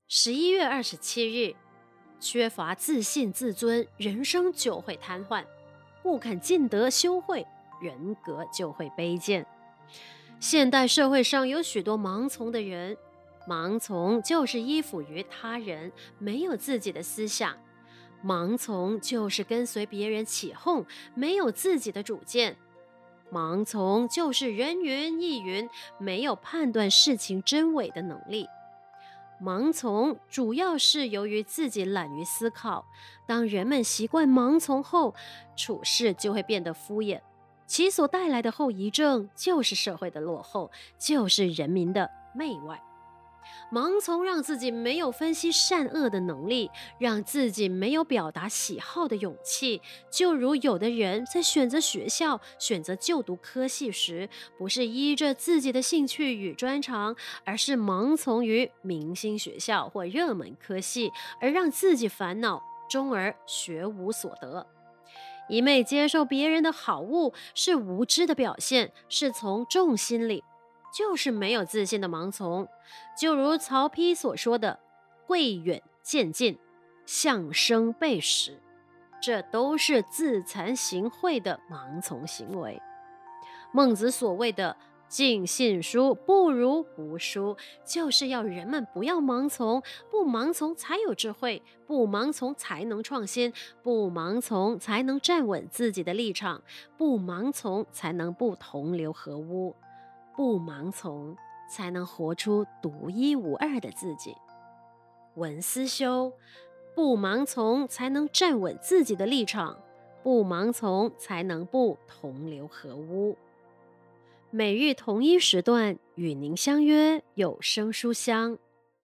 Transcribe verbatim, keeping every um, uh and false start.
十一月二十七日，缺乏自信自尊，人生就会瘫痪；不肯尽德修慧，人格就会卑贱。现代社会上有许多盲从的人，盲从就是依附于他人，没有自己的思想；盲从就是跟随别人起哄，没有自己的主见；盲从就是人云亦云，没有判断事情真伪的能力。盲从主要是由于自己懒于思考，当人们习惯盲从后，处事就会变得敷衍，其所带来的后遗症就是社会的落后，就是人民的媚外。盲从让自己没有分析善恶的能力，让自己没有表达喜好的勇气。就如有的人在选择学校、选择就读科系时，不是依着自己的兴趣与专长，而是盲从于明星学校或热门科系，而让自己烦恼，终而学无所得。一昧接受别人的好恶是无知的表现，是从众心理，就是没有自信的盲从。就如曹丕所说的“贵远见近，相生背时”，这都是自惭形秽的盲从行为。孟子所谓的尽信书不如无书，就是要人们不要盲从，不盲从才有智慧，不盲从才能创新，不盲从才能站稳自己的立场，不盲从才能不同流合污，不盲从才能活出独一无二的自己。文思修，不盲从才能站稳自己的立场，不盲从才能不同流合污。每日同一时段与您相约有声书香。